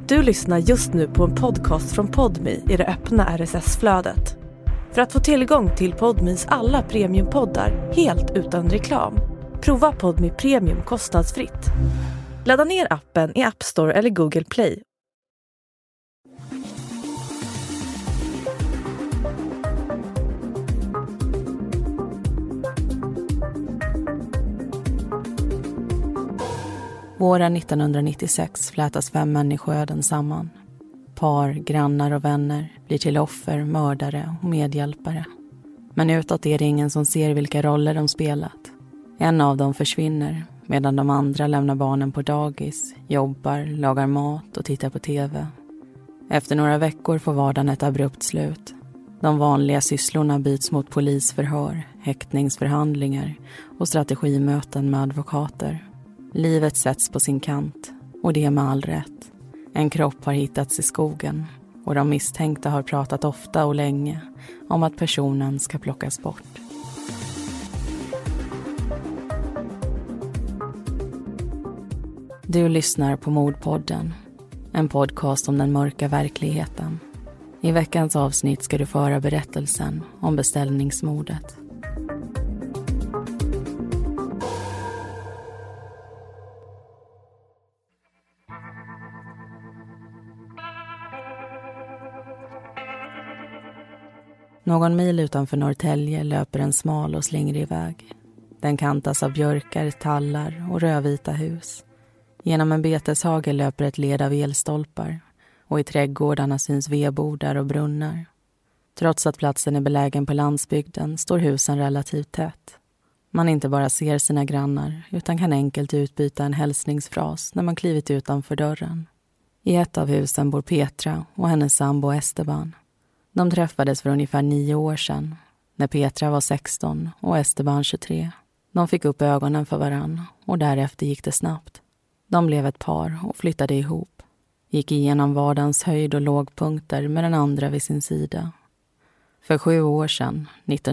Du lyssnar just nu på en podcast från Podme i det öppna RSS-flödet. För att få tillgång till Podmes alla premiumpoddar helt utan reklam, prova Podme Premium kostnadsfritt. Ladda ner appen i App Store eller Google Play. Våren 1996 flätas 5 människoöden samman. Par, grannar och vänner blir till offer, mördare och medhjälpare. Men utåt är det ingen som ser vilka roller de spelat. En av dem försvinner medan de andra lämnar barnen på dagis, jobbar, lagar mat och tittar på tv. Efter några veckor får vardagen ett abrupt slut. De vanliga sysslorna byts mot polisförhör, häktningsförhandlingar och strategimöten med advokater. Livet sätts på sin kant, och det är med all rätt. En kropp har hittats i skogen och de misstänkta har pratat ofta och länge om att personen ska plockas bort. Du lyssnar på Mordpodden, en podcast om den mörka verkligheten. I veckans avsnitt ska du föra berättelsen om beställningsmordet. Någon mil utanför Norrtälje löper en smal och slingrig väg. Den kantas av björkar, tallar och rödvita hus. Genom en beteshage löper ett led av elstolpar och i trädgårdarna syns vedbodar och brunnar. Trots att platsen är belägen på landsbygden står husen relativt tätt. Man inte bara ser sina grannar utan kan enkelt utbyta en hälsningsfras när man klivit utanför dörren. I ett av husen bor Petra och hennes sambo Esteban. De träffades för ungefär 9 år sedan, när Petra var 16 och Esteban 23. De fick upp ögonen för varann och därefter gick det snabbt. De blev ett par och flyttade ihop. Gick igenom vardagens höjd- och lågpunkter med den andra vid sin sida. För 7 år sedan,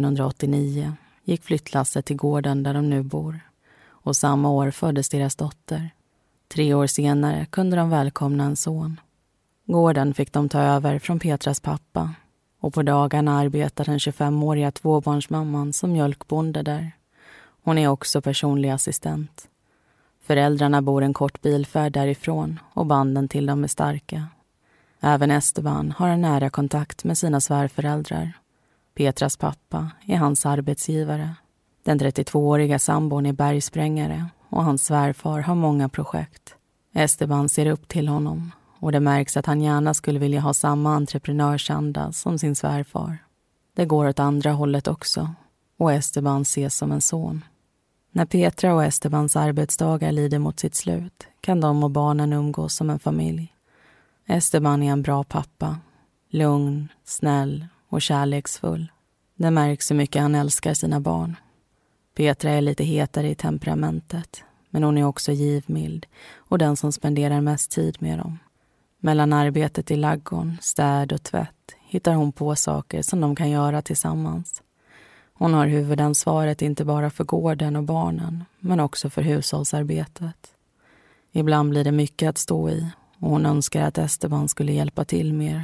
1989, gick flyttlasset till gården där de nu bor. Och samma år föddes deras dotter. 3 år senare kunde de välkomna en son. Gården fick de ta över från Petras pappa. Och på dagarna arbetar den 25-åriga tvåbarnsmamman som mjölkbonde där. Hon är också personlig assistent. Föräldrarna bor en kort bilfärd därifrån och banden till dem är starka. Även Esteban har en nära kontakt med sina svärföräldrar. Petras pappa är hans arbetsgivare. Den 32-åriga sambon är bergsprängare och hans svärfar har många projekt. Esteban ser upp till honom. Och det märks att han gärna skulle vilja ha samma entreprenörsanda som sin svärfar. Det går åt andra hållet också. Och Esteban ses som en son. När Petra och Estebans arbetsdagar lider mot sitt slut kan de och barnen umgås som en familj. Esteban är en bra pappa. Lugn, snäll och kärleksfull. Det märks hur mycket han älskar sina barn. Petra är lite hetare i temperamentet. Men hon är också givmild och den som spenderar mest tid med dem. Mellan arbetet i laggården, städ och tvätt hittar hon på saker som de kan göra tillsammans. Hon har huvudansvaret inte bara för gården och barnen, men också för hushållsarbetet. Ibland blir det mycket att stå i och hon önskar att Esteban skulle hjälpa till mer.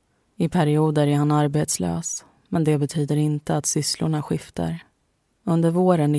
I perioder är han arbetslös, men det betyder inte att sysslorna skiftar. Under våren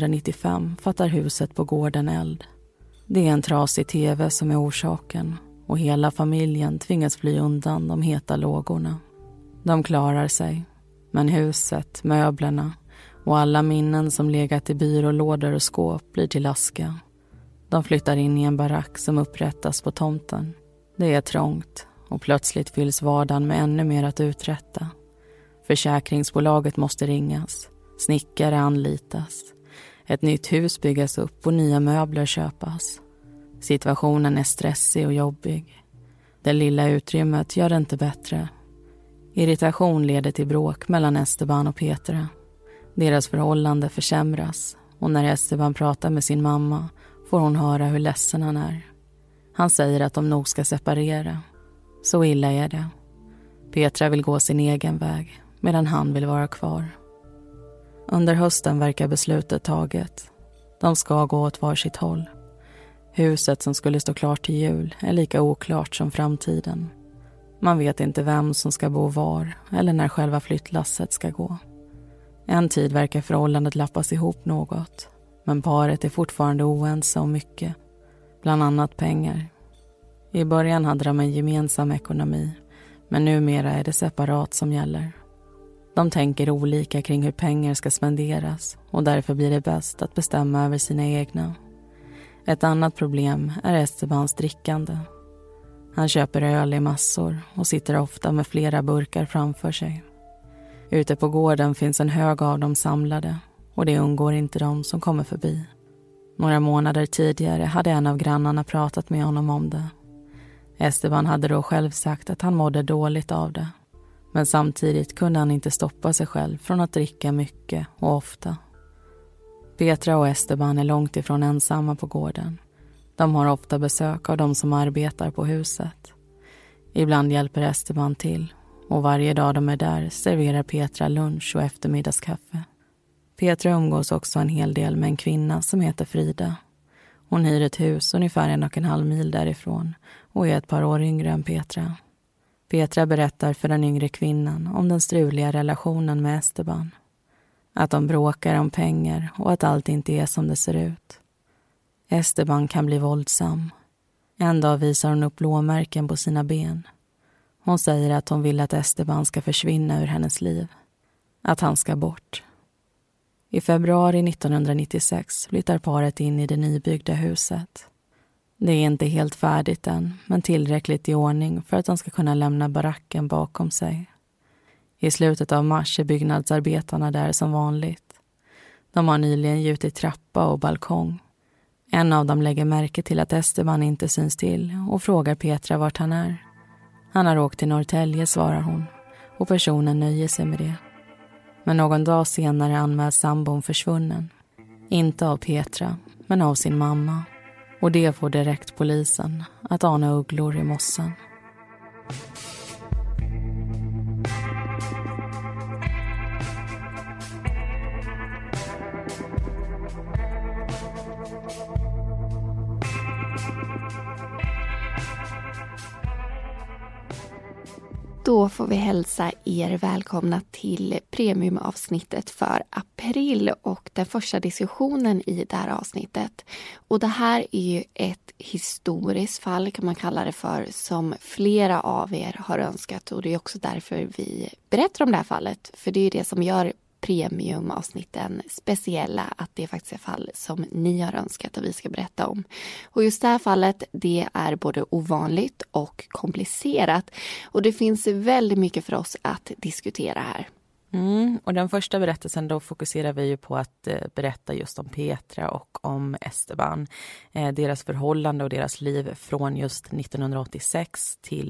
1995 fattar huset på gården eld. Det är en trasig tv som är orsaken. Och hela familjen tvingas fly undan de heta lågorna. De klarar sig. Men huset, möblerna och alla minnen som legat i byrålådor och skåp blir till aska. De flyttar in i en barack som upprättas på tomten. Det är trångt och plötsligt fylls vardagen med ännu mer att uträtta. Försäkringsbolaget måste ringas. Snickare anlitas. Ett nytt hus byggas upp och nya möbler köpas. Situationen är stressig och jobbig. Det lilla utrymmet gör det inte bättre. Irritation leder till bråk mellan Esteban och Petra. Deras förhållande försämras och när Esteban pratar med sin mamma får hon höra hur ledsen han är. Han säger att de nog ska separera. Så illa är det. Petra vill gå sin egen väg medan han vill vara kvar. Under hösten verkar beslutet taget. De ska gå åt varsitt håll. Huset som skulle stå klart till jul är lika oklart som framtiden. Man vet inte vem som ska bo var eller när själva flyttlasset ska gå. En tid verkar förhållandet lappas ihop något, men paret är fortfarande oense om mycket, bland annat pengar. I början hade de en gemensam ekonomi, men numera är det separat som gäller. De tänker olika kring hur pengar ska spenderas och därför blir det bäst att bestämma över sina egna. Ett annat problem är Estebans drickande. Han köper öl i massor och sitter ofta med flera burkar framför sig. Ute på gården finns en hög av dem samlade och det undgår inte de som kommer förbi. Några månader tidigare hade en av grannarna pratat med honom om det. Esteban hade då själv sagt att han mådde dåligt av det. Men samtidigt kunde han inte stoppa sig själv från att dricka mycket och ofta. Petra och Esteban är långt ifrån ensamma på gården. De har ofta besök av de som arbetar på huset. Ibland hjälper Esteban till och varje dag de är där serverar Petra lunch och eftermiddagskaffe. Petra umgås också en hel del med en kvinna som heter Frida. Hon hyr ett hus ungefär 1,5 mil därifrån och är ett par år yngre än Petra. Petra berättar för den yngre kvinnan om den struliga relationen med Esteban. Att de bråkar om pengar och att allt inte är som det ser ut. Esteban kan bli våldsam. En dag visar hon upp blåmärken på sina ben. Hon säger att hon vill att Esteban ska försvinna ur hennes liv. Att han ska bort. I februari 1996 flyttar paret in i det nybyggda huset. Det är inte helt färdigt än, men tillräckligt i ordning för att de ska kunna lämna baracken bakom sig. I slutet av mars är byggnadsarbetarna där som vanligt. De har nyligen gjutit trappa och balkong. En av dem lägger märke till att Esteban inte syns till och frågar Petra vart han är. Han har åkt till Norrtälje, svarar hon, och personen nöjer sig med det. Men någon dag senare anmäls sambon försvunnen. Inte av Petra, men av sin mamma. Och det får direkt polisen att ana ugglor i mossen. Då får vi hälsa er välkomna till premiumavsnittet för april och den första diskussionen i det här avsnittet. Och det här är ju ett historiskt fall kan man kalla det för, som flera av er har önskat, och det är också därför vi berättar om det här fallet. För det är ju det som gör premiumavsnitten speciella, att det är faktiskt är fall som ni har önskat och vi ska berätta om. Och just det här fallet, det är både ovanligt och komplicerat, och det finns väldigt mycket för oss att diskutera här. Och den första berättelsen, då fokuserar vi ju på att berätta just om Petra och om Esteban. Deras förhållande och deras liv från just 1986 till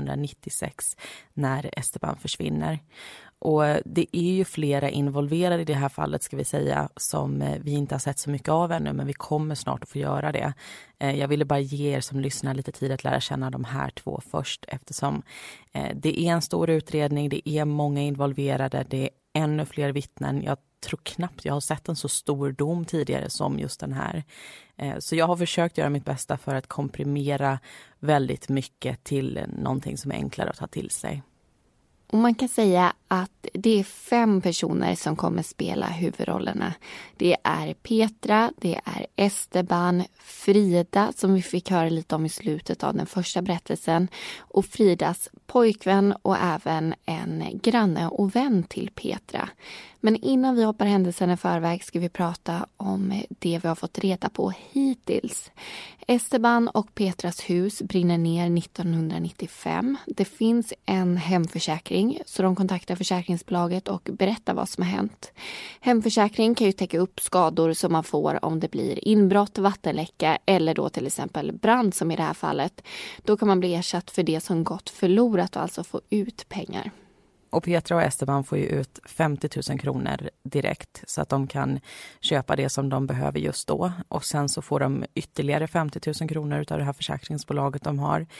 1996 när Esteban försvinner. Och det är ju flera involverade i det här fallet, ska vi säga, som vi inte har sett så mycket av ännu, men vi kommer snart att få göra det. Jag ville bara ge er som lyssnar lite tid att lära känna de här två först, eftersom det är en stor utredning, det är många involverade, det är ännu fler vittnen. Jag tror knappt jag har sett en så stor dom tidigare som just den här. Så jag har försökt göra mitt bästa för att komprimera väldigt mycket till någonting som är enklare att ta till sig. Och man kan säga att det är 5 personer som kommer spela huvudrollerna. Det är Petra, det är Esteban, Frida som vi fick höra lite om i slutet av den första berättelsen, och Fridas pojkvän och även en granne och vän till Petra. Men innan vi hoppar händelsen i förväg ska vi prata om det vi har fått reda på hittills. Esteban och Petras hus brinner ner 1995. Det finns en hemförsäkring, så de kontaktar försäkringsbolaget och berättar vad som har hänt. Hemförsäkring kan ju täcka upp skador som man får om det blir inbrott, vattenläcka eller då till exempel brand som i det här fallet. Då kan man bli ersatt för det som gått förlorat och alltså få ut pengar. Och Petra och Esteban får ju ut 50 000 kronor direkt så att de kan köpa det som de behöver just då. Och sen så får de ytterligare 50 000 kronor av det här försäkringsbolaget de har.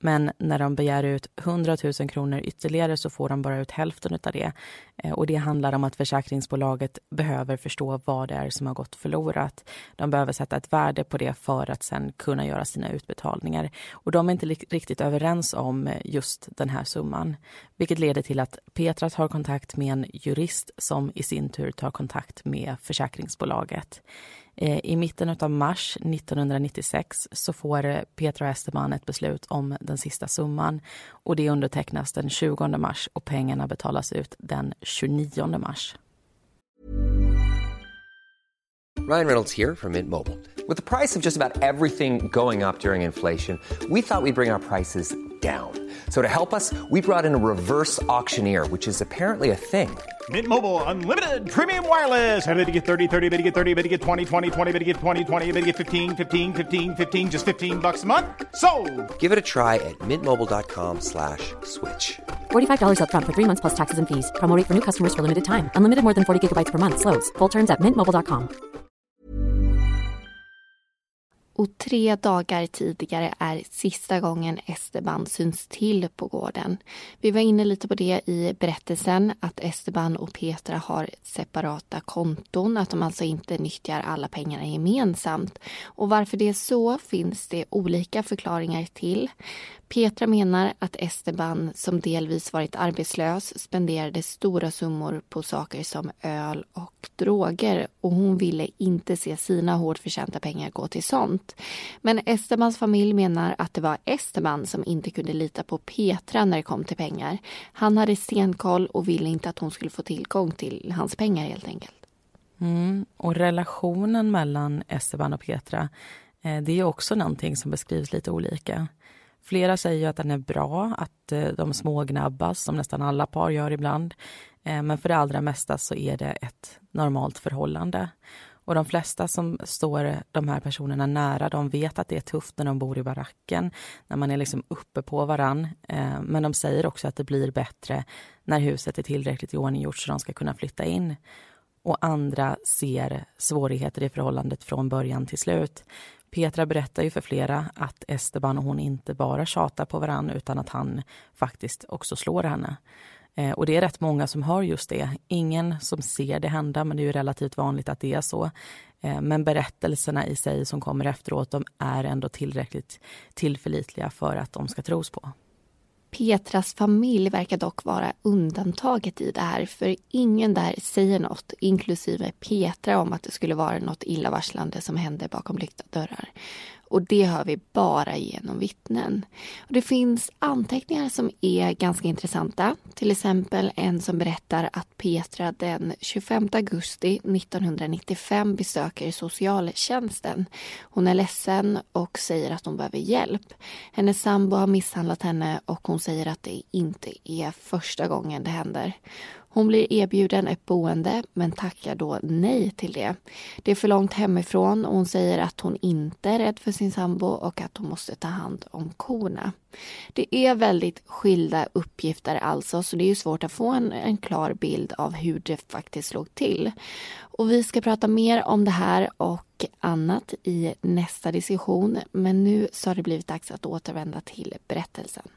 Men när de begär ut 100 000 kronor ytterligare så får de bara ut hälften av det. Och det handlar om att försäkringsbolaget behöver förstå vad det är som har gått förlorat. De behöver sätta ett värde på det för att sen kunna göra sina utbetalningar. Och de är inte riktigt överens om just den här summan. Vilket leder till att Petra tar kontakt med en jurist som i sin tur tar kontakt med försäkringsbolaget. I mitten av mars 1996 så får Petra och Esteban ett beslut om den sista summan och det undertecknas den 20 mars och pengarna betalas ut den 29 mars. Ryan Reynolds here from Mint Mobile. With the price of just about everything going up during inflation, we thought we'd bring our prices down. So to help us, we brought in a reverse auctioneer, which is apparently a thing. Mint Mobile Unlimited Premium Wireless. How to get 30, 30, bit to get 30, bit to get 20, 20, 20, bit to get 20, 20, bit to get 15, 15, 15, 15, just $15 a month? Sold! Give it a try at mintmobile.com/switch. $45 up front for 3 months plus taxes and fees. Promo rate for new customers for limited time. Unlimited more than 40 gigabytes per month. Slows full terms at mintmobile.com. Och 3 dagar tidigare är sista gången Esteban syns till på gården. Vi var inne lite på det i berättelsen att Esteban och Petra har separata konton. Att de alltså inte nyttjar alla pengarna gemensamt. Och varför det är så finns det olika förklaringar till. Petra menar att Esteban, som delvis varit arbetslös, spenderade stora summor på saker som öl och droger och hon ville inte se sina hårt förtjänta pengar gå till sånt. Men Estebans familj menar att det var Esteban som inte kunde lita på Petra när det kom till pengar. Han hade stenkoll och ville inte att hon skulle få tillgång till hans pengar helt enkelt. Och relationen mellan Esteban och Petra, det är också någonting som beskrivs lite olika. Flera säger ju att den är bra, att de smågnabbas som nästan alla par gör ibland. Men för det allra mesta så är det ett normalt förhållande. Och de flesta som står de här personerna nära, de vet att det är tufft när de bor i baracken. När man är liksom uppe på varann. Men de säger också att det blir bättre när huset är tillräckligt iordninggjort så de ska kunna flytta in. Och andra ser svårigheter i förhållandet från början till slut. Petra berättar ju för flera att Esteban och hon inte bara tjatar på varann utan att han faktiskt också slår henne. Och det är rätt många som hör just det. Ingen som ser det hända, men det är ju relativt vanligt att det är så. Men berättelserna i sig som kommer efteråt, de är ändå tillräckligt tillförlitliga för att de ska tros på. Petras familj verkar dock vara undantaget i det här, för ingen där säger något, inklusive Petra, om att det skulle vara något illavarslande som hände bakom lyckta dörrar. Och det hör vi bara genom vittnen. Och det finns anteckningar som är ganska intressanta. Till exempel en som berättar att Petra den 25 augusti 1995 besöker socialtjänsten. Hon är ledsen och säger att hon behöver hjälp. Hennes sambo har misshandlat henne och hon säger att det inte är första gången det händer. Hon blir erbjuden ett boende men tackar då nej till det. Det är för långt hemifrån och hon säger att hon inte är rädd för sin sambo och att hon måste ta hand om korna. Det är väldigt skilda uppgifter alltså, så det är ju svårt att få en klar bild av hur det faktiskt slog till. Och vi ska prata mer om det här och annat i nästa diskussion, men nu så har det blivit dags att återvända till berättelsen.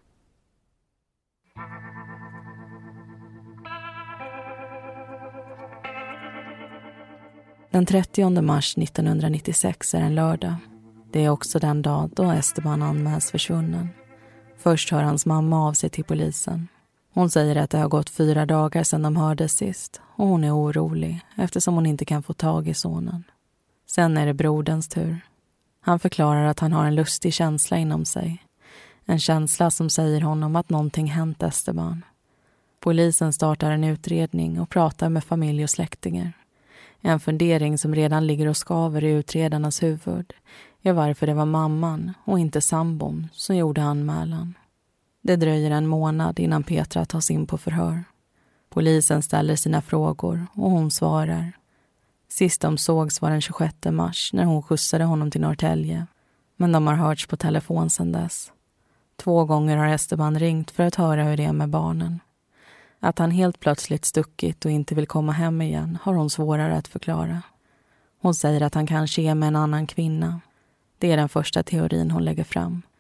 Den 30 mars 1996 är en lördag. Det är också den dag då Esteban anmäls försvunnen. Först hör hans mamma av sig till polisen. Hon säger att det har gått 4 dagar sedan de hördes sist och hon är orolig eftersom hon inte kan få tag i sonen. Sen är det broderns tur. Han förklarar att han har en lustig känsla inom sig. En känsla som säger honom att någonting hänt Esteban. Polisen startar en utredning och pratar med familj och släktingar. En fundering som redan ligger och skaver i utredarnas huvud är varför det var mamman och inte sambon som gjorde anmälan. Det dröjer en månad innan Petra tas in på förhör. Polisen ställer sina frågor och hon svarar. Sist de sågs var den 26 mars när hon skjutsade honom till Norrtälje. Men de har hörts på telefon sedan dess. 2 gånger har Esteban ringt för att höra hur det är med barnen. Att han helt plötsligt stuckit och inte vill komma hem igen har hon svårare att förklara. Hon säger att han kanske är med en annan kvinna. Det är den första teorin hon lägger fram.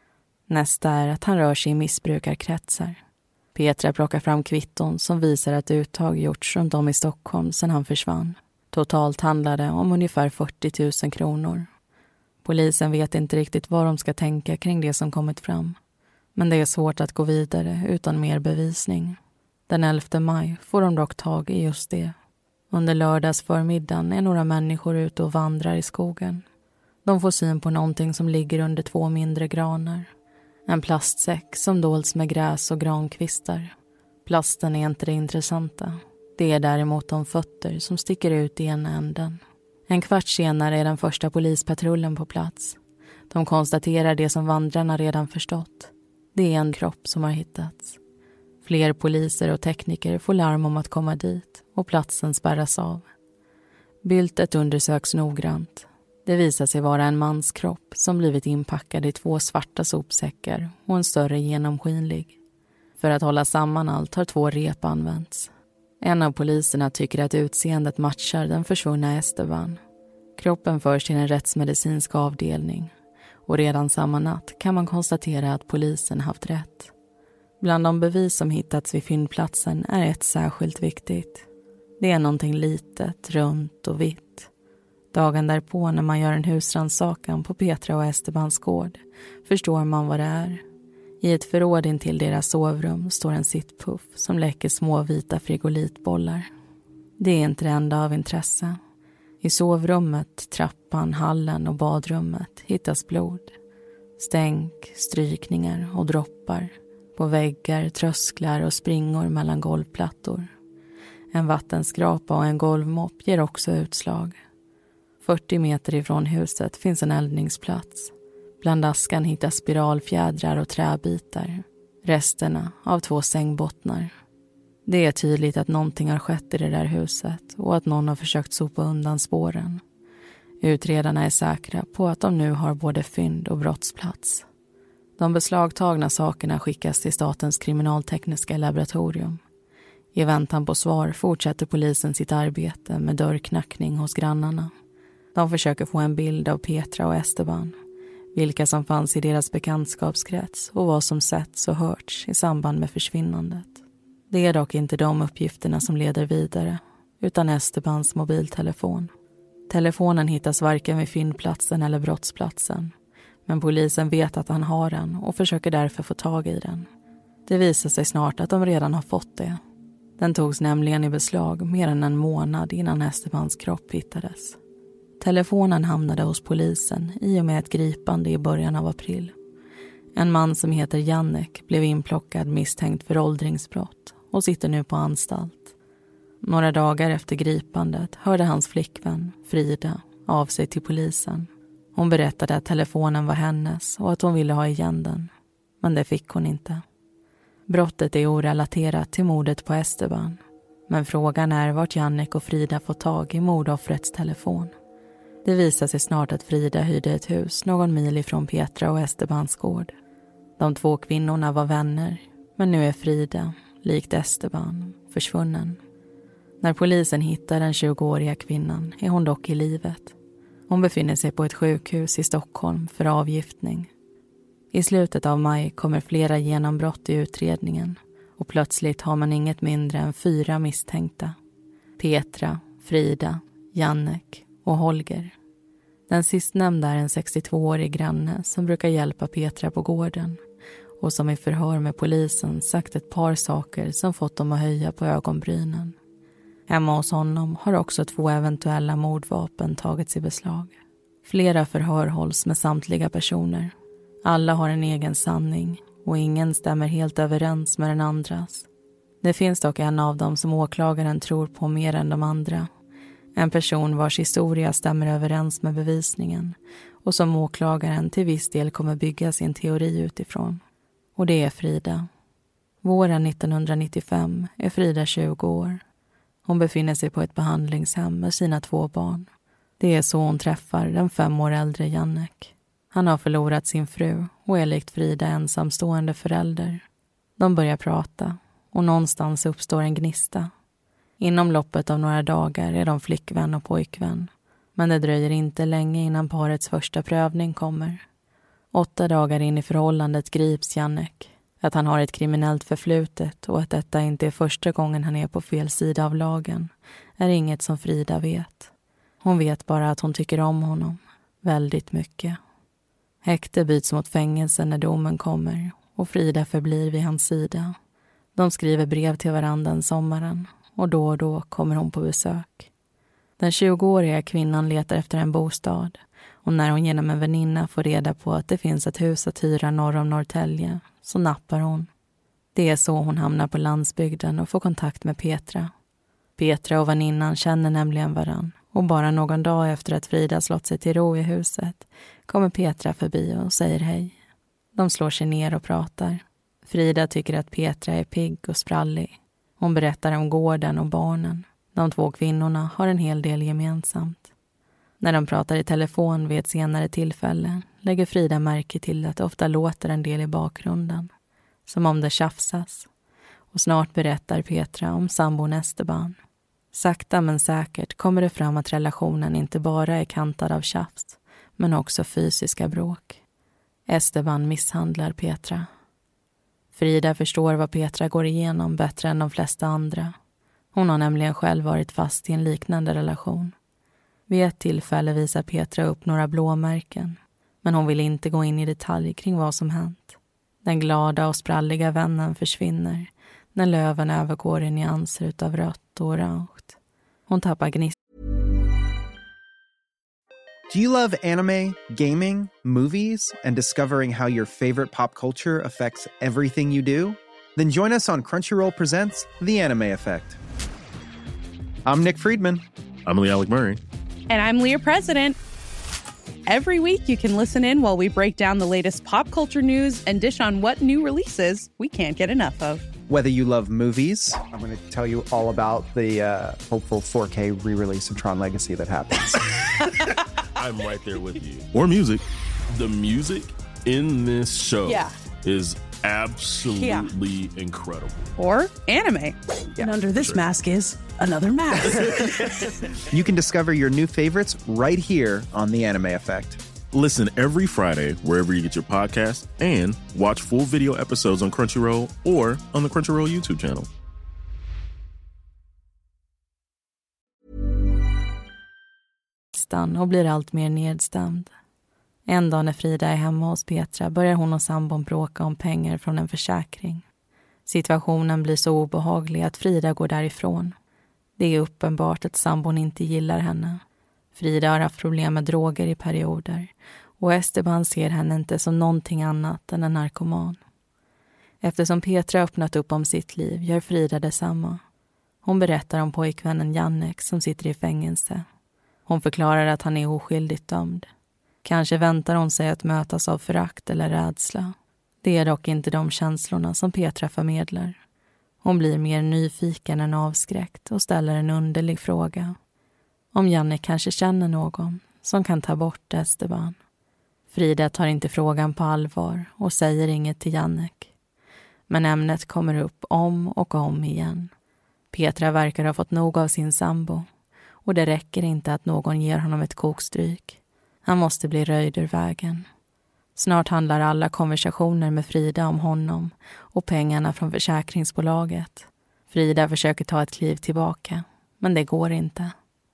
Nästa är att han rör sig i missbrukarkretsar. Petra plockar fram kvitton som visar att uttag gjorts runt om i Stockholm sedan han försvann. Totalt handlade om ungefär 40 000 kronor. Polisen vet inte riktigt vad de ska tänka kring det som kommit fram. Men det är svårt att gå vidare utan mer bevisning. Den 11 maj får de dock tag i just det. Under lördagsförmiddagen är några människor ute och vandrar i skogen. De får syn på någonting som ligger under 2 mindre granar. En plastsäck som dolts med gräs och grankvistar. Plasten är inte det intressanta. Det är däremot de fötter som sticker ut i ena änden. En kvart senare är den första polispatrullen på plats. De konstaterar det som vandrarna redan förstått. Det är en kropp som har hittats. Fler poliser och tekniker får larm om att komma dit och platsen spärras av. Byltet undersöks noggrant. Det visar sig vara en mans kropp som blivit inpackad i 2 svarta sopsäckar och en större genomskinlig. För att hålla samman allt har 2 rep använts. En av poliserna tycker att utseendet matchar den försvunna Esteban. Kroppen förs till en rättsmedicinsk avdelning och redan samma natt kan man konstatera att polisen haft rätt. Bland de bevis som hittats vid fyndplatsen är ett särskilt viktigt. Det är någonting litet, runt och vitt. Dagen därpå när man gör en husrannsakan på Petra och Estebans gård förstår man vad det är. I ett förråd intill deras sovrum står en sittpuff som läcker små vita frigolitbollar. Det är inte det enda av intresse. I sovrummet, trappan, hallen och badrummet hittas blod. Stänk, strykningar och droppar. På väggar, trösklar och springor mellan golvplattor. En vattenskrapa och en golvmopp ger också utslag. 40 meter ifrån huset finns en eldningsplats. Bland askan hittas spiralfjädrar och träbitar. Resterna av 2 sängbottnar. Det är tydligt att någonting har skett i det där huset och att någon har försökt sopa undan spåren. Utredarna är säkra på att de nu har både fynd och brottsplats. De beslagtagna sakerna skickas till Statens kriminaltekniska laboratorium. I väntan på svar fortsätter polisen sitt arbete med dörrknackning hos grannarna. De försöker få en bild av Petra och Esteban, vilka som fanns i deras bekantskapskrets och vad som setts och hörts i samband med försvinnandet. Det är dock inte de uppgifterna som leder vidare, utan Estebans mobiltelefon. Telefonen hittas varken vid fyndplatsen eller brottsplatsen, men polisen vet att han har den och försöker därför få tag i den. Det visar sig snart att de redan har fått det. Den togs nämligen i beslag mer än en månad innan Estebans kropp hittades. Telefonen hamnade hos polisen i och med ett gripande i början av april. En man som heter Jannek blev inplockad misstänkt för åldringsbrott och sitter nu på anstalt. Några dagar efter gripandet hörde hans flickvän, Frida, av sig till polisen. Hon berättade att telefonen var hennes och att hon ville ha igen den. Men det fick hon inte. Brottet är orelaterat till mordet på Esteban. Men frågan är vart Jannek och Frida får tag i mordoffrets telefon. Det visar sig snart att Frida hyrde ett hus någon mil ifrån Petra och Estebans gård. De 2 kvinnorna var vänner, men nu är Frida, likt Esteban, försvunnen. När polisen hittar den 20-åriga kvinnan är hon dock i livet. Hon befinner sig på ett sjukhus i Stockholm för avgiftning. I slutet av maj kommer flera genombrott i utredningen och plötsligt har man inget mindre än 4 misstänkta. Petra, Frida, Jannek och Holger. Den sistnämnda är en 62-årig granne som brukar hjälpa Petra på gården och som i förhör med polisen sagt ett par saker som fått dem att höja på ögonbrynen. Hemma hos honom har också 2 eventuella mordvapen tagits i beslag. Flera förhör hålls med samtliga personer. Alla har en egen sanning och ingen stämmer helt överens med den andras. Det finns dock en av dem som åklagaren tror på mer än de andra. En person vars historia stämmer överens med bevisningen och som åklagaren till viss del kommer bygga sin teori utifrån. Och det är Frida. Våren 1995 är Frida 20 år. Hon befinner sig på ett behandlingshem med sina 2 barn. Det är så hon träffar den 5 år äldre Jannek. Han har förlorat sin fru och är likt Frida ensamstående förälder. De börjar prata och någonstans uppstår en gnista. Inom loppet av några dagar är de flickvän och pojkvän. Men det dröjer inte länge innan parets första prövning kommer. 8 dagar in i förhållandet grips Jannek. Att han har ett kriminellt förflutet och att detta inte är första gången han är på fel sida av lagen är inget som Frida vet. Hon vet bara att hon tycker om honom. Väldigt mycket. Häkte byts mot fängelse när domen kommer och Frida förblir vid hans sida. De skriver brev till varandra den sommaren och då kommer hon på besök. Den 20-åriga kvinnan letar efter en bostad och när hon genom en väninna får reda på att det finns ett hus att hyra norr om Norrtälje så nappar hon. Det är så hon hamnar på landsbygden och får kontakt med Petra. Petra och väninnan känner nämligen varann och bara någon dag efter att Frida slått sig till ro i huset kommer Petra förbi och säger hej. De slår sig ner och pratar. Frida tycker att Petra är pigg och sprallig. Hon berättar om gården och barnen. De 2 kvinnorna har en hel del gemensamt. När de pratar i telefon vid ett senare tillfälle lägger Frida märke till att det ofta låter en del i bakgrunden. Som om det tjafsas. Och snart berättar Petra om sambon Esteban. Sakta men säkert kommer det fram att relationen inte bara är kantad av tjafs men också fysiska bråk. Esteban misshandlar Petra. Frida förstår vad Petra går igenom bättre än de flesta andra. Hon har nämligen själv varit fast i en liknande relation. Vid ett tillfälle visar Petra upp några blåmärken. Men hon vill inte gå in i detalj kring vad som hänt. Den glada och spralliga vännen försvinner när löven övergår i nyanser utav rött och orange. Hon tappar gnist. Do you love anime, gaming, movies, and discovering how your favorite pop culture affects everything you do? Then join us on Crunchyroll Presents The Anime Effect. I'm Nick Friedman. I'm Lee Alec Murray. And I'm Leah President. Every week you can listen in while we break down the latest pop culture news and dish on what new releases we can't get enough of. Whether you love movies, I'm going to tell you all about the hopeful 4K re-release of Tron Legacy that happens. I'm right there with you. Or music. The music in this show is absolutely incredible. Or anime. And under this mask is another mask. you can discover your new favorites right here on The Anime Effect. Listen every Friday wherever you get your podcast and watch full video episodes on Crunchyroll or on the Crunchyroll YouTube channel. Och blir allt mer nedstämd. En dag när Frida är hemma hos Petra börjar hon och sambon bråka om pengar från en försäkring. Situationen blir så obehaglig att Frida går därifrån. Det är uppenbart att sambon inte gillar henne. Frida har haft problem med droger i perioder och Esteban ser henne inte som någonting annat än en narkoman. Eftersom Petra öppnat upp om sitt liv gör Frida detsamma. Hon berättar om pojkvännen Jannek som sitter i fängelse. Hon förklarar att han är oskyldigt dömd. Kanske väntar hon sig att mötas av förakt eller rädsla. Det är dock inte de känslorna som Petra förmedlar. Hon blir mer nyfiken än avskräckt och ställer en underlig fråga. Om Jannek kanske känner någon som kan ta bort Esteban. Frida tar inte frågan på allvar och säger inget till Jannek. Men ämnet kommer upp om och om igen. Petra verkar ha fått nog av sin sambo. Och det räcker inte att någon ger honom ett kokstryk. Han måste bli röjd ur vägen. Snart handlar alla konversationer med Frida om honom och pengarna från försäkringsbolaget. Frida försöker ta ett kliv tillbaka, men det går inte.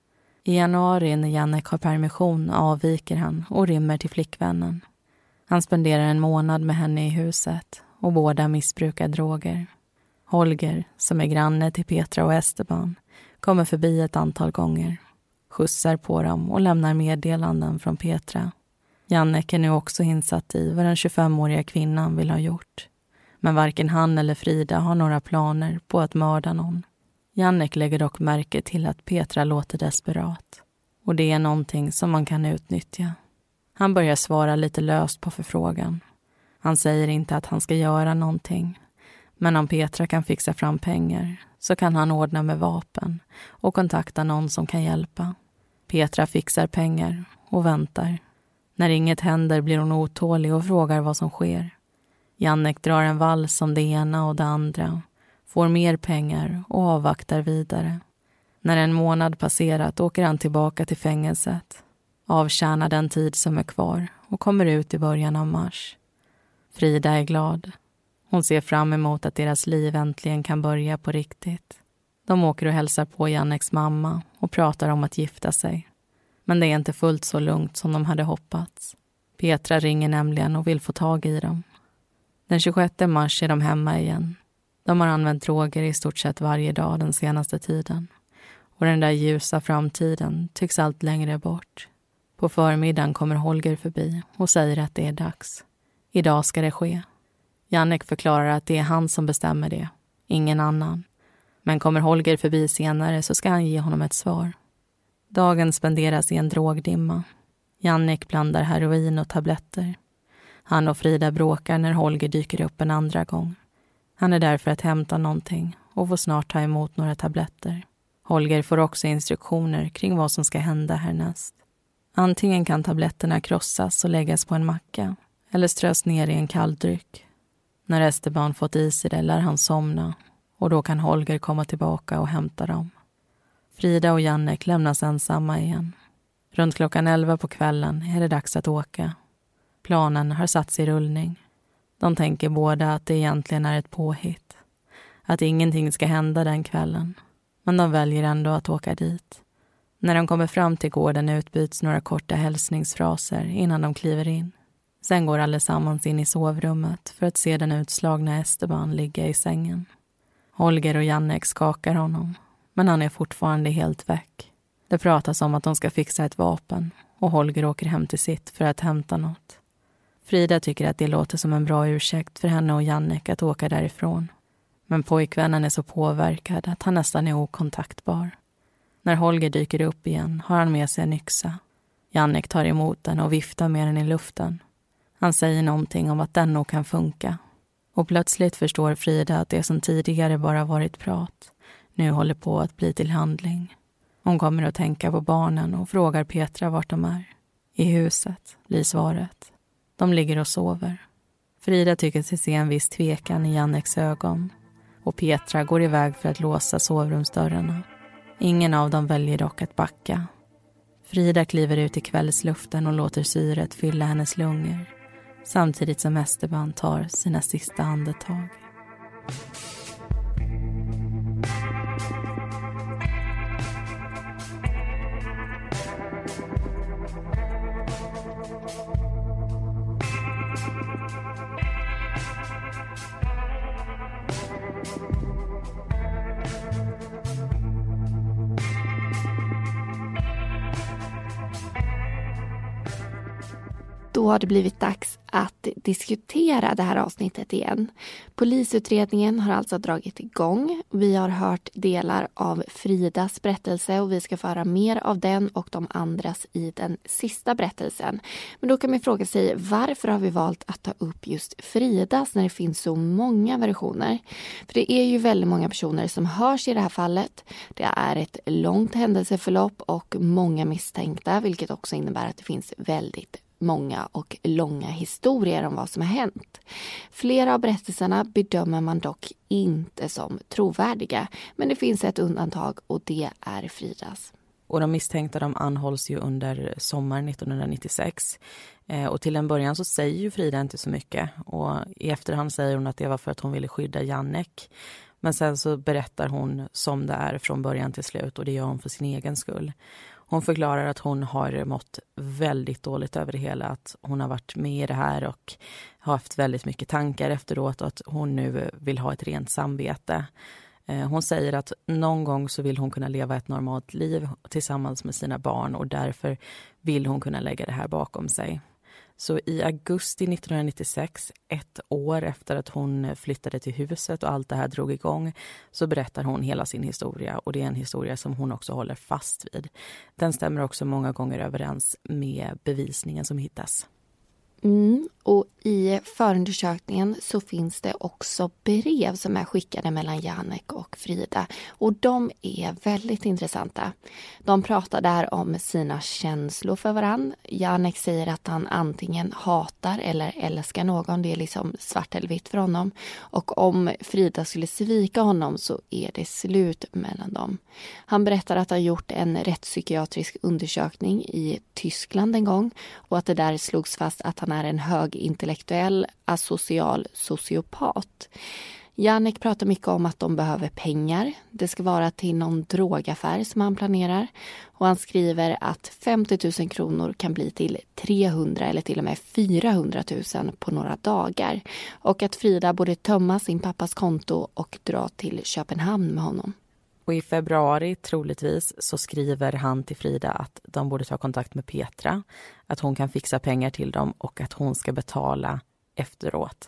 I januari när Jannek har permission avviker han och rymmer till flickvännen. Han spenderar en månad med henne i huset och båda missbrukar droger. Holger, som är granne till Petra och Esteban, kommer förbi ett antal gånger. Skjutsar på dem och lämnar meddelanden från Petra. Jannek är nu också insatt i vad den 25-åriga kvinnan vill ha gjort. Men varken han eller Frida har några planer på att mörda någon. Jannek lägger dock märke till att Petra låter desperat. Och det är någonting som man kan utnyttja. Han börjar svara lite löst på förfrågan. Han säger inte att han ska göra någonting. Men om Petra kan fixa fram pengar så kan han ordna med vapen och kontakta någon som kan hjälpa. Petra fixar pengar och väntar. När inget händer blir hon otålig och frågar vad som sker. Jannek drar en vals om det ena och det andra, får mer pengar och avvaktar vidare. När en månad passerat åker han tillbaka till fängelset. Avtjänar den tid som är kvar och kommer ut i början av mars. Frida är glad. Hon ser fram emot att deras liv äntligen kan börja på riktigt. De åker och hälsar på Janneks mamma och pratar om att gifta sig. Men det är inte fullt så lugnt som de hade hoppats. Petra ringer nämligen och vill få tag i dem. Den 26 mars är de hemma igen. De har använt droger i stort sett varje dag den senaste tiden. Och den där ljusa framtiden tycks allt längre bort. På förmiddagen kommer Holger förbi och säger att det är dags. Idag ska det ske. Jannik förklarar att det är han som bestämmer det, ingen annan. Men kommer Holger förbi senare så ska han ge honom ett svar. Dagen spenderas i en drogdimma. Jannik blandar heroin och tabletter. Han och Frida bråkar när Holger dyker upp en andra gång. Han är där för att hämta någonting och får snart ta emot några tabletter. Holger får också instruktioner kring vad som ska hända härnäst. Antingen kan tabletterna krossas och läggas på en macka eller strös ner i en kall dryck. När Esteban fått i sig det lär han somna och då kan Holger komma tillbaka och hämta dem. Frida och Jannik lämnas ensamma igen. Runt klockan 11 på kvällen är det dags att åka. Planen har satts i rullning. De tänker båda att det egentligen är ett påhitt. Att ingenting ska hända den kvällen. Men de väljer ändå att åka dit. När de kommer fram till gården utbyts några korta hälsningsfraser innan de kliver in. Sen går allesammans in i sovrummet för att se den utslagna Esteban ligga i sängen. Holger och Jannik skakar honom, men han är fortfarande helt väck. Det pratas om att de ska fixa ett vapen och Holger åker hem till sitt för att hämta något. Frida tycker att det låter som en bra ursäkt för henne och Jannik att åka därifrån. Men pojkvännen är så påverkad att han nästan är okontaktbar. När Holger dyker upp igen har han med sig en yxa. Jannik tar emot den och viftar med den i luften. Han säger någonting om att den nog kan funka. Och plötsligt förstår Frida att det som tidigare bara varit prat nu håller på att bli till handling. Hon kommer att tänka på barnen och frågar Petra vart de är. I huset, blir svaret. De ligger och sover. Frida tycker sig se en viss tvekan i Janniks ögon. Och Petra går iväg för att låsa sovrumsdörrarna. Ingen av dem väljer dock att backa. Frida kliver ut i kvällsluften och låter syret fylla hennes lungor. Samtidigt som Esteban tar sina sista andetag. Då har det blivit dags att diskutera det här avsnittet igen. Polisutredningen har alltså dragit igång. Vi har hört delar av Fridas berättelse och vi ska få höra mer av den och de andras i den sista berättelsen. Men då kan man fråga sig, varför har vi valt att ta upp just Fridas när det finns så många versioner? För det är ju väldigt många personer som hörs i det här fallet. Det är ett långt händelseförlopp och många misstänkta, vilket också innebär att det finns väldigt många och långa historier om vad som har hänt. Flera av berättelserna bedömer man dock inte som trovärdiga, men det finns ett undantag och det är Fridas. Och de misstänkta de anhålls ju under sommaren 1996. Och till en början så säger ju Frida inte så mycket. Och i efterhand säger hon att det var för att hon ville skydda Jannik. Men sen så berättar hon som det är från början till slut och det gör hon för sin egen skull. Hon förklarar att hon har mått väldigt dåligt över det hela, att hon har varit med i det här och har haft väldigt mycket tankar efteråt och att hon nu vill ha ett rent samvete. Hon säger att någon gång så vill hon kunna leva ett normalt liv tillsammans med sina barn och därför vill hon kunna lägga det här bakom sig. Så i augusti 1996, ett år efter att hon flyttade till huset och allt det här drog igång, så berättar hon hela sin historia och det är en historia som hon också håller fast vid. Den stämmer också många gånger överens med bevisningen som hittas. Och i förundersökningen så finns det också brev som är skickade mellan Jannik och Frida. Och de är väldigt intressanta. De pratar där om sina känslor för varann. Jannik säger att han antingen hatar eller älskar någon. Det är liksom svart eller vitt för honom. Och om Frida skulle svika honom så är det slut mellan dem. Han berättar att han gjort en rättspsykiatrisk undersökning i Tyskland en gång. Och att det där slogs fast att han är en högintellektuell asocial sociopat. Jannik pratar mycket om att de behöver pengar. Det ska vara till någon drogaffär som han planerar. Och han skriver att 50 000 kronor kan bli till 300 eller till och med 400 000 på några dagar. Och att Frida borde tömma sin pappas konto och dra till Köpenhamn med honom. Och i februari troligtvis så skriver han till Frida att de borde ta kontakt med Petra. Att hon kan fixa pengar till dem och att hon ska betala efteråt.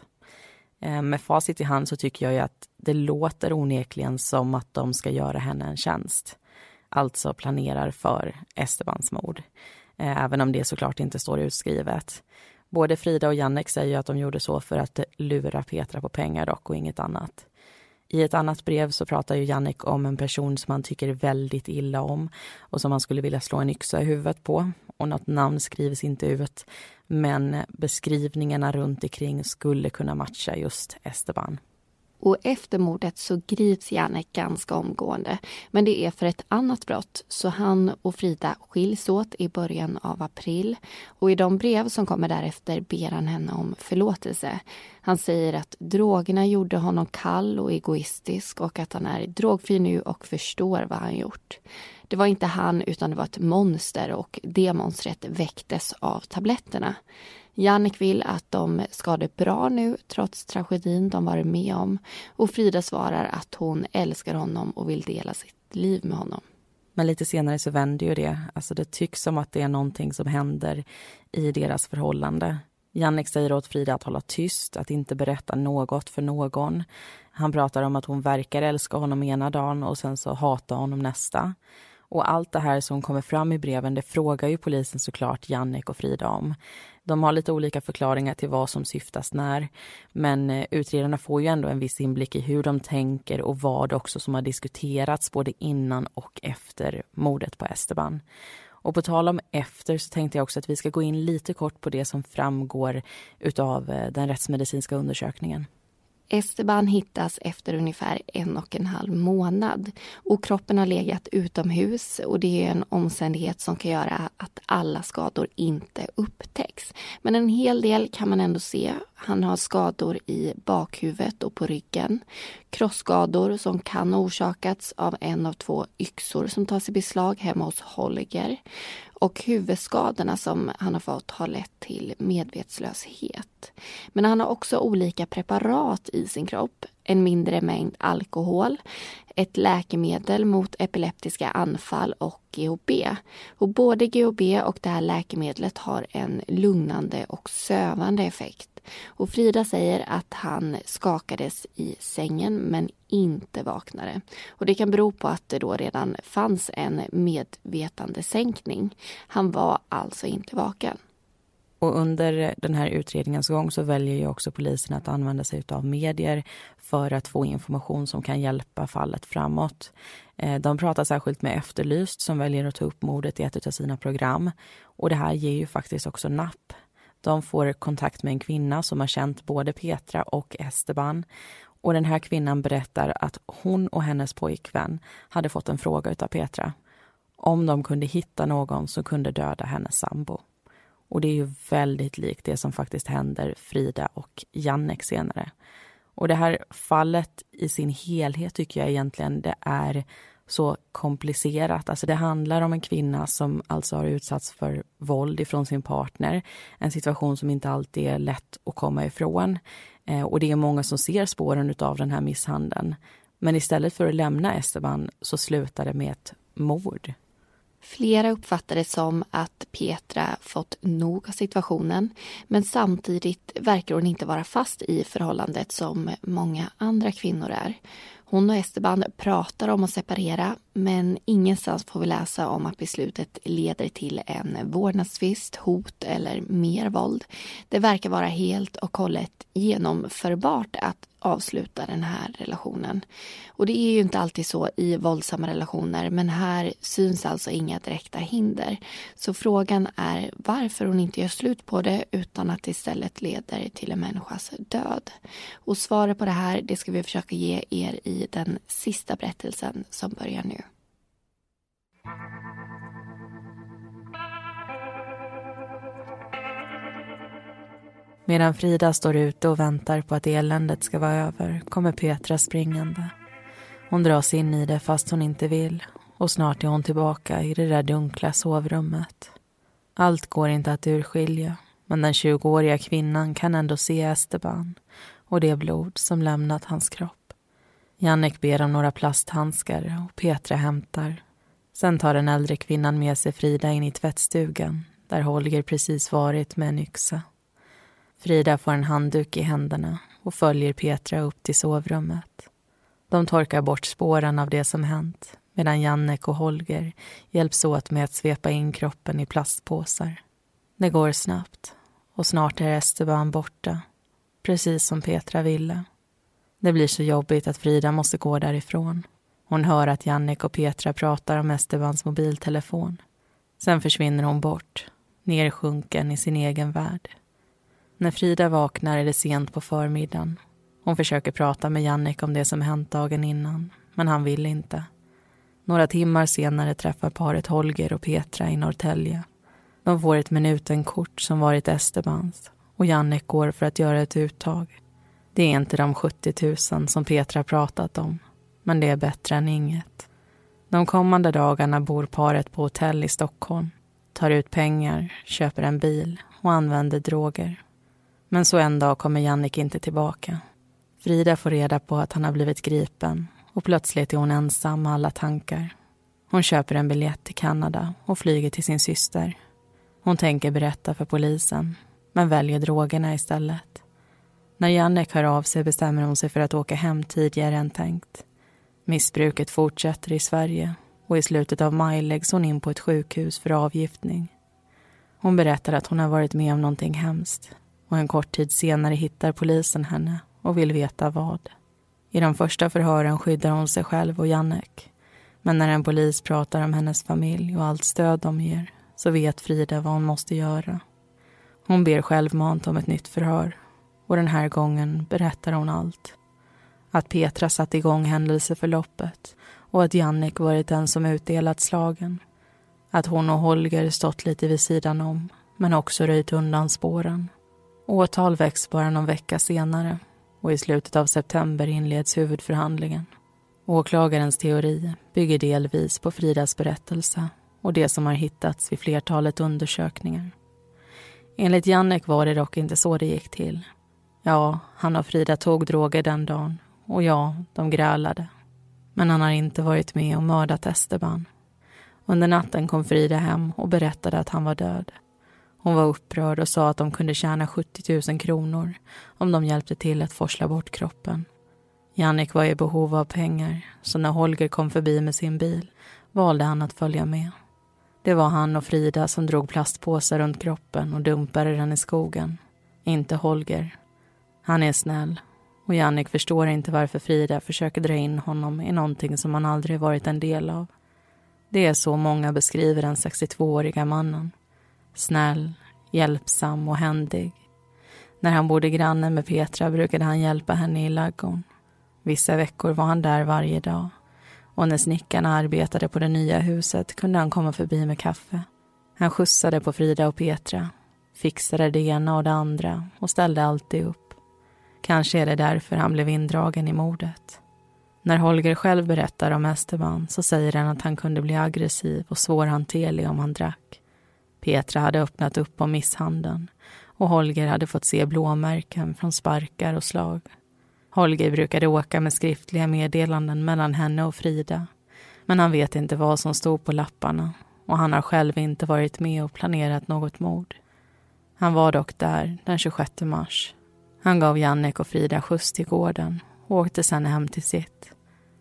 Med facit i hand så tycker jag ju att det låter onekligen som att de ska göra henne en tjänst. Alltså planerar för Estebans mord. Även om det såklart inte står utskrivet. Både Frida och Jannik säger att de gjorde så för att lura Petra på pengar dock och inget annat. I ett annat brev så pratar ju Jannik om en person som han tycker väldigt illa om och som han skulle vilja slå en yxa i huvudet på. Och något namn skrivs inte ut, men beskrivningarna runt omkring skulle kunna matcha just Esteban. Och efter mordet så grips Jannik ganska omgående. Men det är för ett annat brott. Så han och Frida skiljs åt i början av april. Och i de brev som kommer därefter ber han henne om förlåtelse. Han säger att drogerna gjorde honom kall och egoistisk. Och att han är drogfri nu och förstår vad han gjort. Det var inte han utan det var ett monster. Och det monstret väcktes av tabletterna. Jannik vill att de ska ha det bra nu trots tragedin de varit med om. Och Frida svarar att hon älskar honom och vill dela sitt liv med honom. Men lite senare så vänder ju det. Alltså det tycks som att det är någonting som händer i deras förhållande. Jannik säger åt Frida att hålla tyst, att inte berätta något för någon. Han pratar om att hon verkar älska honom ena dagen och sen så hatar honom nästa. Och allt det här som kommer fram i breven, det frågar ju polisen såklart Jannik och Frida om. De har lite olika förklaringar till vad som syftas när. Men utredarna får ju ändå en viss inblick i hur de tänker och vad också som har diskuterats både innan och efter mordet på Esteban. Och på tal om efter så tänkte jag också att vi ska gå in lite kort på det som framgår utav den rättsmedicinska undersökningen. Esteban hittas efter ungefär 1,5 månad och kroppen har legat utomhus och det är en omständighet som kan göra att alla skador inte upptäcks. Men en hel del kan man ändå se. Han har skador i bakhuvudet och på ryggen. Krossskador som kan ha orsakats av en av 2 yxor som tas i beslag hemma hos Holger. Och huvudskadorna som han har fått har lett till medvetslöshet. Men han har också olika preparat i sin kropp. En mindre mängd alkohol, ett läkemedel mot epileptiska anfall och GHB. Och både GHB och det här läkemedlet har en lugnande och sövande effekt. Och Frida säger att han skakades i sängen men inte vaknade. Och det kan bero på att det då redan fanns en medvetandesänkning. Han var alltså inte vaken. Och under den här utredningens gång så väljer ju också polisen att använda sig av medier för att få information som kan hjälpa fallet framåt. De pratar särskilt med Efterlyst som väljer att ta upp mordet i ett av sina program. Och det här ger ju faktiskt också napp. De får kontakt med en kvinna som har känt både Petra och Esteban. Och den här kvinnan berättar att hon och hennes pojkvän hade fått en fråga utav Petra. Om de kunde hitta någon som kunde döda hennes sambo. Och det är ju väldigt likt det som faktiskt händer Frida och Jannik senare. Och det här fallet i sin helhet tycker jag egentligen det är så komplicerat. Alltså det handlar om en kvinna som alltså har utsatts för våld ifrån sin partner. En situation som inte alltid är lätt att komma ifrån. Och det är många som ser spåren av den här misshandeln. Men istället för att lämna Esteban så slutar det med ett mord. Flera uppfattar det som att Petra fått nog av situationen, men samtidigt verkar hon inte vara fast i förhållandet som många andra kvinnor är. Hon och Esteban pratar om att separera, men ingenstans får vi läsa om att beslutet leder till en vårdnadstvist, hot eller mer våld. Det verkar vara helt och hållet genomförbart att avsluta den här relationen. Och det är ju inte alltid så i våldsamma relationer, men här syns alltså inga direkta hinder. Så frågan är varför hon inte gör slut på det utan att det istället leder till en människas död. Och svaret på det här, det ska vi försöka ge er i den sista berättelsen som börjar nu. Medan Frida står ute och väntar på att eländet ska vara över kommer Petra springande. Hon dras in i det fast hon inte vill och snart är hon tillbaka i det där dunkla sovrummet. Allt går inte att urskilja, men den 20-åriga kvinnan kan ändå se Esteban och det blod som lämnat hans kropp. Jannik ber om några plasthandskar och Petra hämtar. Sen tar den äldre kvinnan med sig Frida in i tvättstugan där Holger precis varit med en yxa. Frida får en handduk i händerna och följer Petra upp till sovrummet. De torkar bort spåren av det som hänt medan Jannik och Holger hjälps åt med att svepa in kroppen i plastpåsar. Det går snabbt och snart är Esteban borta, precis som Petra ville. Det blir så jobbigt att Frida måste gå därifrån. Hon hör att Jannik och Petra pratar om Estebans mobiltelefon. Sen försvinner hon bort, nersjunken i sin egen värld. När Frida vaknar är det sent på förmiddagen. Hon försöker prata med Jannik om det som hänt dagen innan, men han vill inte. Några timmar senare träffar paret Holger och Petra i Norrtälje. De får ett minutenkort som varit Estebans och Jannik går för att göra ett uttag. Det är inte de 70 000 som Petra pratat om, men det är bättre än inget. De kommande dagarna bor paret på hotell i Stockholm, tar ut pengar, köper en bil och använder droger. Men så en dag kommer Jannik inte tillbaka. Frida får reda på att han har blivit gripen och plötsligt är hon ensam med alla tankar. Hon köper en biljett till Kanada och flyger till sin syster. Hon tänker berätta för polisen, men väljer drogerna istället. När Jannik hör av sig bestämmer hon sig för att åka hem tidigare än tänkt. Missbruket fortsätter i Sverige och i slutet av maj läggs hon in på ett sjukhus för avgiftning. Hon berättar att hon har varit med om någonting hemskt och en kort tid senare hittar polisen henne och vill veta vad. I de första förhören skyddar hon sig själv och Jannik. Men när en polis pratar om hennes familj och allt stöd de ger så vet Frida vad hon måste göra. Hon ber självmant om ett nytt förhör och den här gången berättar hon allt. Att Petra satt igång händelseförloppet och att Jannik varit den som utdelat slagen. Att hon och Holger stått lite vid sidan om men också röjt undan spåren. Åtal väcks bara någon vecka senare och i slutet av september inleds huvudförhandlingen. Åklagarens teori bygger delvis på Fridas berättelse och det som har hittats vid flertalet undersökningar. Enligt Jannik var det dock inte så det gick till. Ja, han och Frida tog droger den dagen och ja, de grälade. Men han har inte varit med och mördat Esteban. Under natten kom Frida hem och berättade att han var död. Hon var upprörd och sa att de kunde tjäna 70 000 kronor om de hjälpte till att forsla bort kroppen. Jannik var i behov av pengar, så när Holger kom förbi med sin bil valde han att följa med. Det var han och Frida som drog plastpåsar runt kroppen och dumpade den i skogen. Inte Holger. Han är snäll och Jannik förstår inte varför Frida försöker dra in honom i någonting som han aldrig varit en del av. Det är så många beskriver den 62-åriga mannen. Snäll, hjälpsam och händig. När han bodde granne med Petra brukade han hjälpa henne i ladugården. Vissa veckor var han där varje dag. Och när snickarna arbetade på det nya huset kunde han komma förbi med kaffe. Han skjutsade på Frida och Petra. Fixade det ena och det andra och ställde alltid upp. Kanske är det därför han blev indragen i mordet. När Holger själv berättar om Esteban så säger han att han kunde bli aggressiv och svårhanterlig om han drack. Petra hade öppnat upp om misshandeln och Holger hade fått se blåmärken från sparkar och slag. Holger brukade åka med skriftliga meddelanden mellan henne och Frida. Men han vet inte vad som stod på lapparna och han har själv inte varit med och planerat något mord. Han var dock där den 26 mars. Han gav Jannik och Frida skjuts till gården och åkte sedan hem till sitt.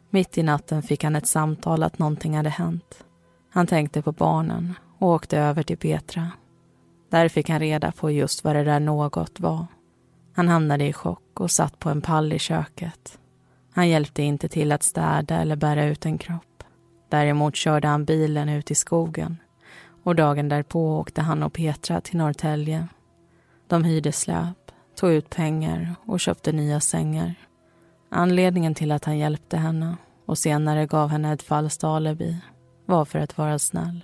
Mitt i natten fick han ett samtal att någonting hade hänt. Han tänkte på barnen och åkte över till Petra. Där fick han reda på just vad det där något var. Han hamnade i chock och satt på en pall i köket. Han hjälpte inte till att städa eller bära ut en kropp. Däremot körde han bilen ut i skogen. Och dagen därpå åkte han och Petra till Norrtälje. De hyrde släp, tog ut pengar och köpte nya sängar. Anledningen till att han hjälpte henne och senare gav henne ett falskt alibi var för att vara snäll.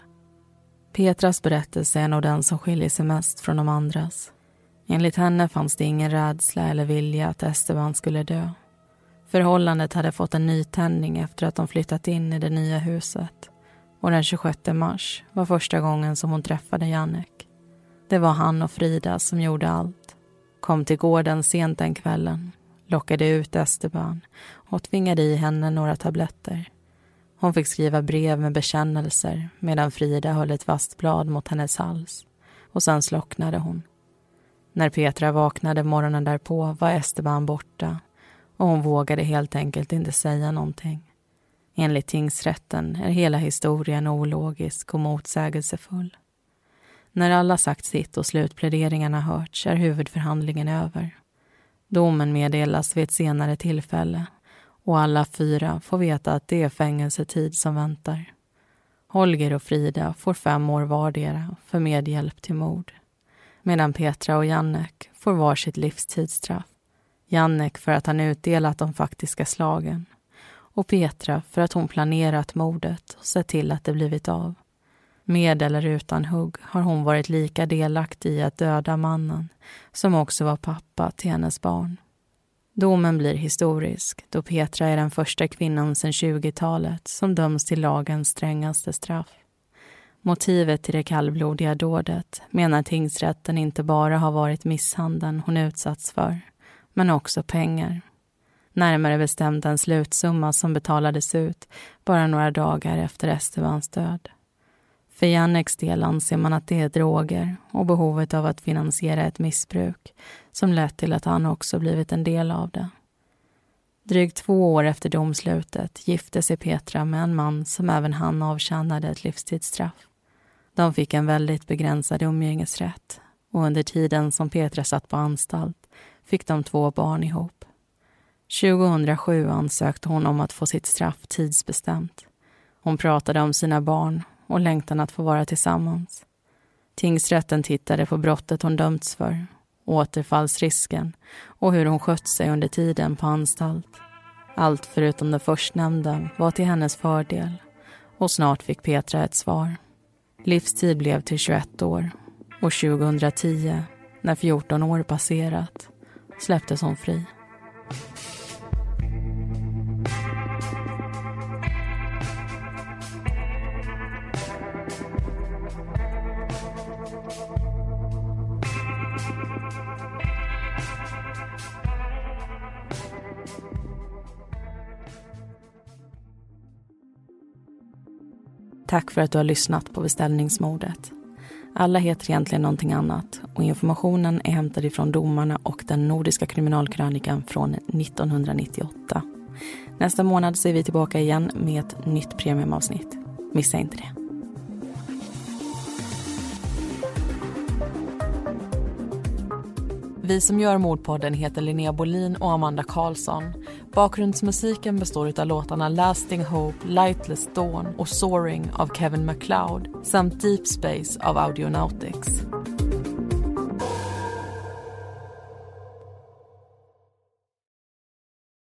Petras berättelse är nog den som skiljer sig mest från de andras. Enligt henne fanns det ingen rädsla eller vilja att Esteban skulle dö. Förhållandet hade fått en nytändning efter att de flyttat in i det nya huset. Och den 26 mars var första gången som hon träffade Jannik. Det var han och Frida som gjorde allt. Kom till gården sent den kvällen, lockade ut Esteban och tvingade i henne några tabletter. Hon fick skriva brev med bekännelser medan Frida höll ett vasst blad mot hennes hals. Och sen slocknade hon. När Petra vaknade morgonen därpå var Esteban borta och hon vågade helt enkelt inte säga någonting. Enligt tingsrätten är hela historien ologisk och motsägelsefull. När alla sagt sitt och slutpläderingarna hörts är huvudförhandlingen över. Domen meddelas vid ett senare tillfälle och alla 4 får veta att det är fängelsetid som väntar. Holger och Frida får 5 år vardera för medhjälp till mord. Medan Petra och Jannik får varsitt livstidsstraff. Jannik för att han utdelat de faktiska slagen. Och Petra för att hon planerat mordet och sett till att det blivit av. Med eller utan hugg har hon varit lika delaktig i att döda mannen som också var pappa till hennes barn. Domen blir historisk då Petra är den första kvinnan sedan 20-talet som döms till lagens strängaste straff. Motivet till det kallblodiga dådet menar tingsrätten inte bara har varit misshandeln hon utsatts för, men också pengar. Närmare bestämt en slutsumma som betalades ut bara några dagar efter Estebans död. För Janniks del anser man att det är droger och behovet av att finansiera ett missbruk som lett till att han också blivit en del av det. Drygt 2 år efter domslutet gifte sig Petra med en man som även han avtjänade ett livstidsstraff. De fick en väldigt begränsad umgängesrätt och under tiden som Petra satt på anstalt fick de 2 barn ihop. 2007 ansökte hon om att få sitt straff tidsbestämt. Hon pratade om sina barn och längtan att få vara tillsammans. Tingsrätten tittade på brottet hon dömts för, återfallsrisken och hur hon skött sig under tiden på anstalt. Allt förutom det förstnämnda var till hennes fördel och snart fick Petra ett svar. Livstid blev till 21 år och 2010, när 14 år passerat, släpptes hon fri. Tack för att du har lyssnat på Beställningsmordet. Alla heter egentligen någonting annat och informationen är hämtad ifrån domarna och den nordiska kriminalkrönikan från 1998. Nästa månad så är vi tillbaka igen med ett nytt premiumavsnitt. Missa inte det. Vi som gör Mordpodden heter Linnea Bolin och Amanda Karlsson. Bakgrundsmusiken består av låtarna Lasting Hope, Lightless Dawn och Soaring av Kevin MacLeod samt Deep Space av Audionautics.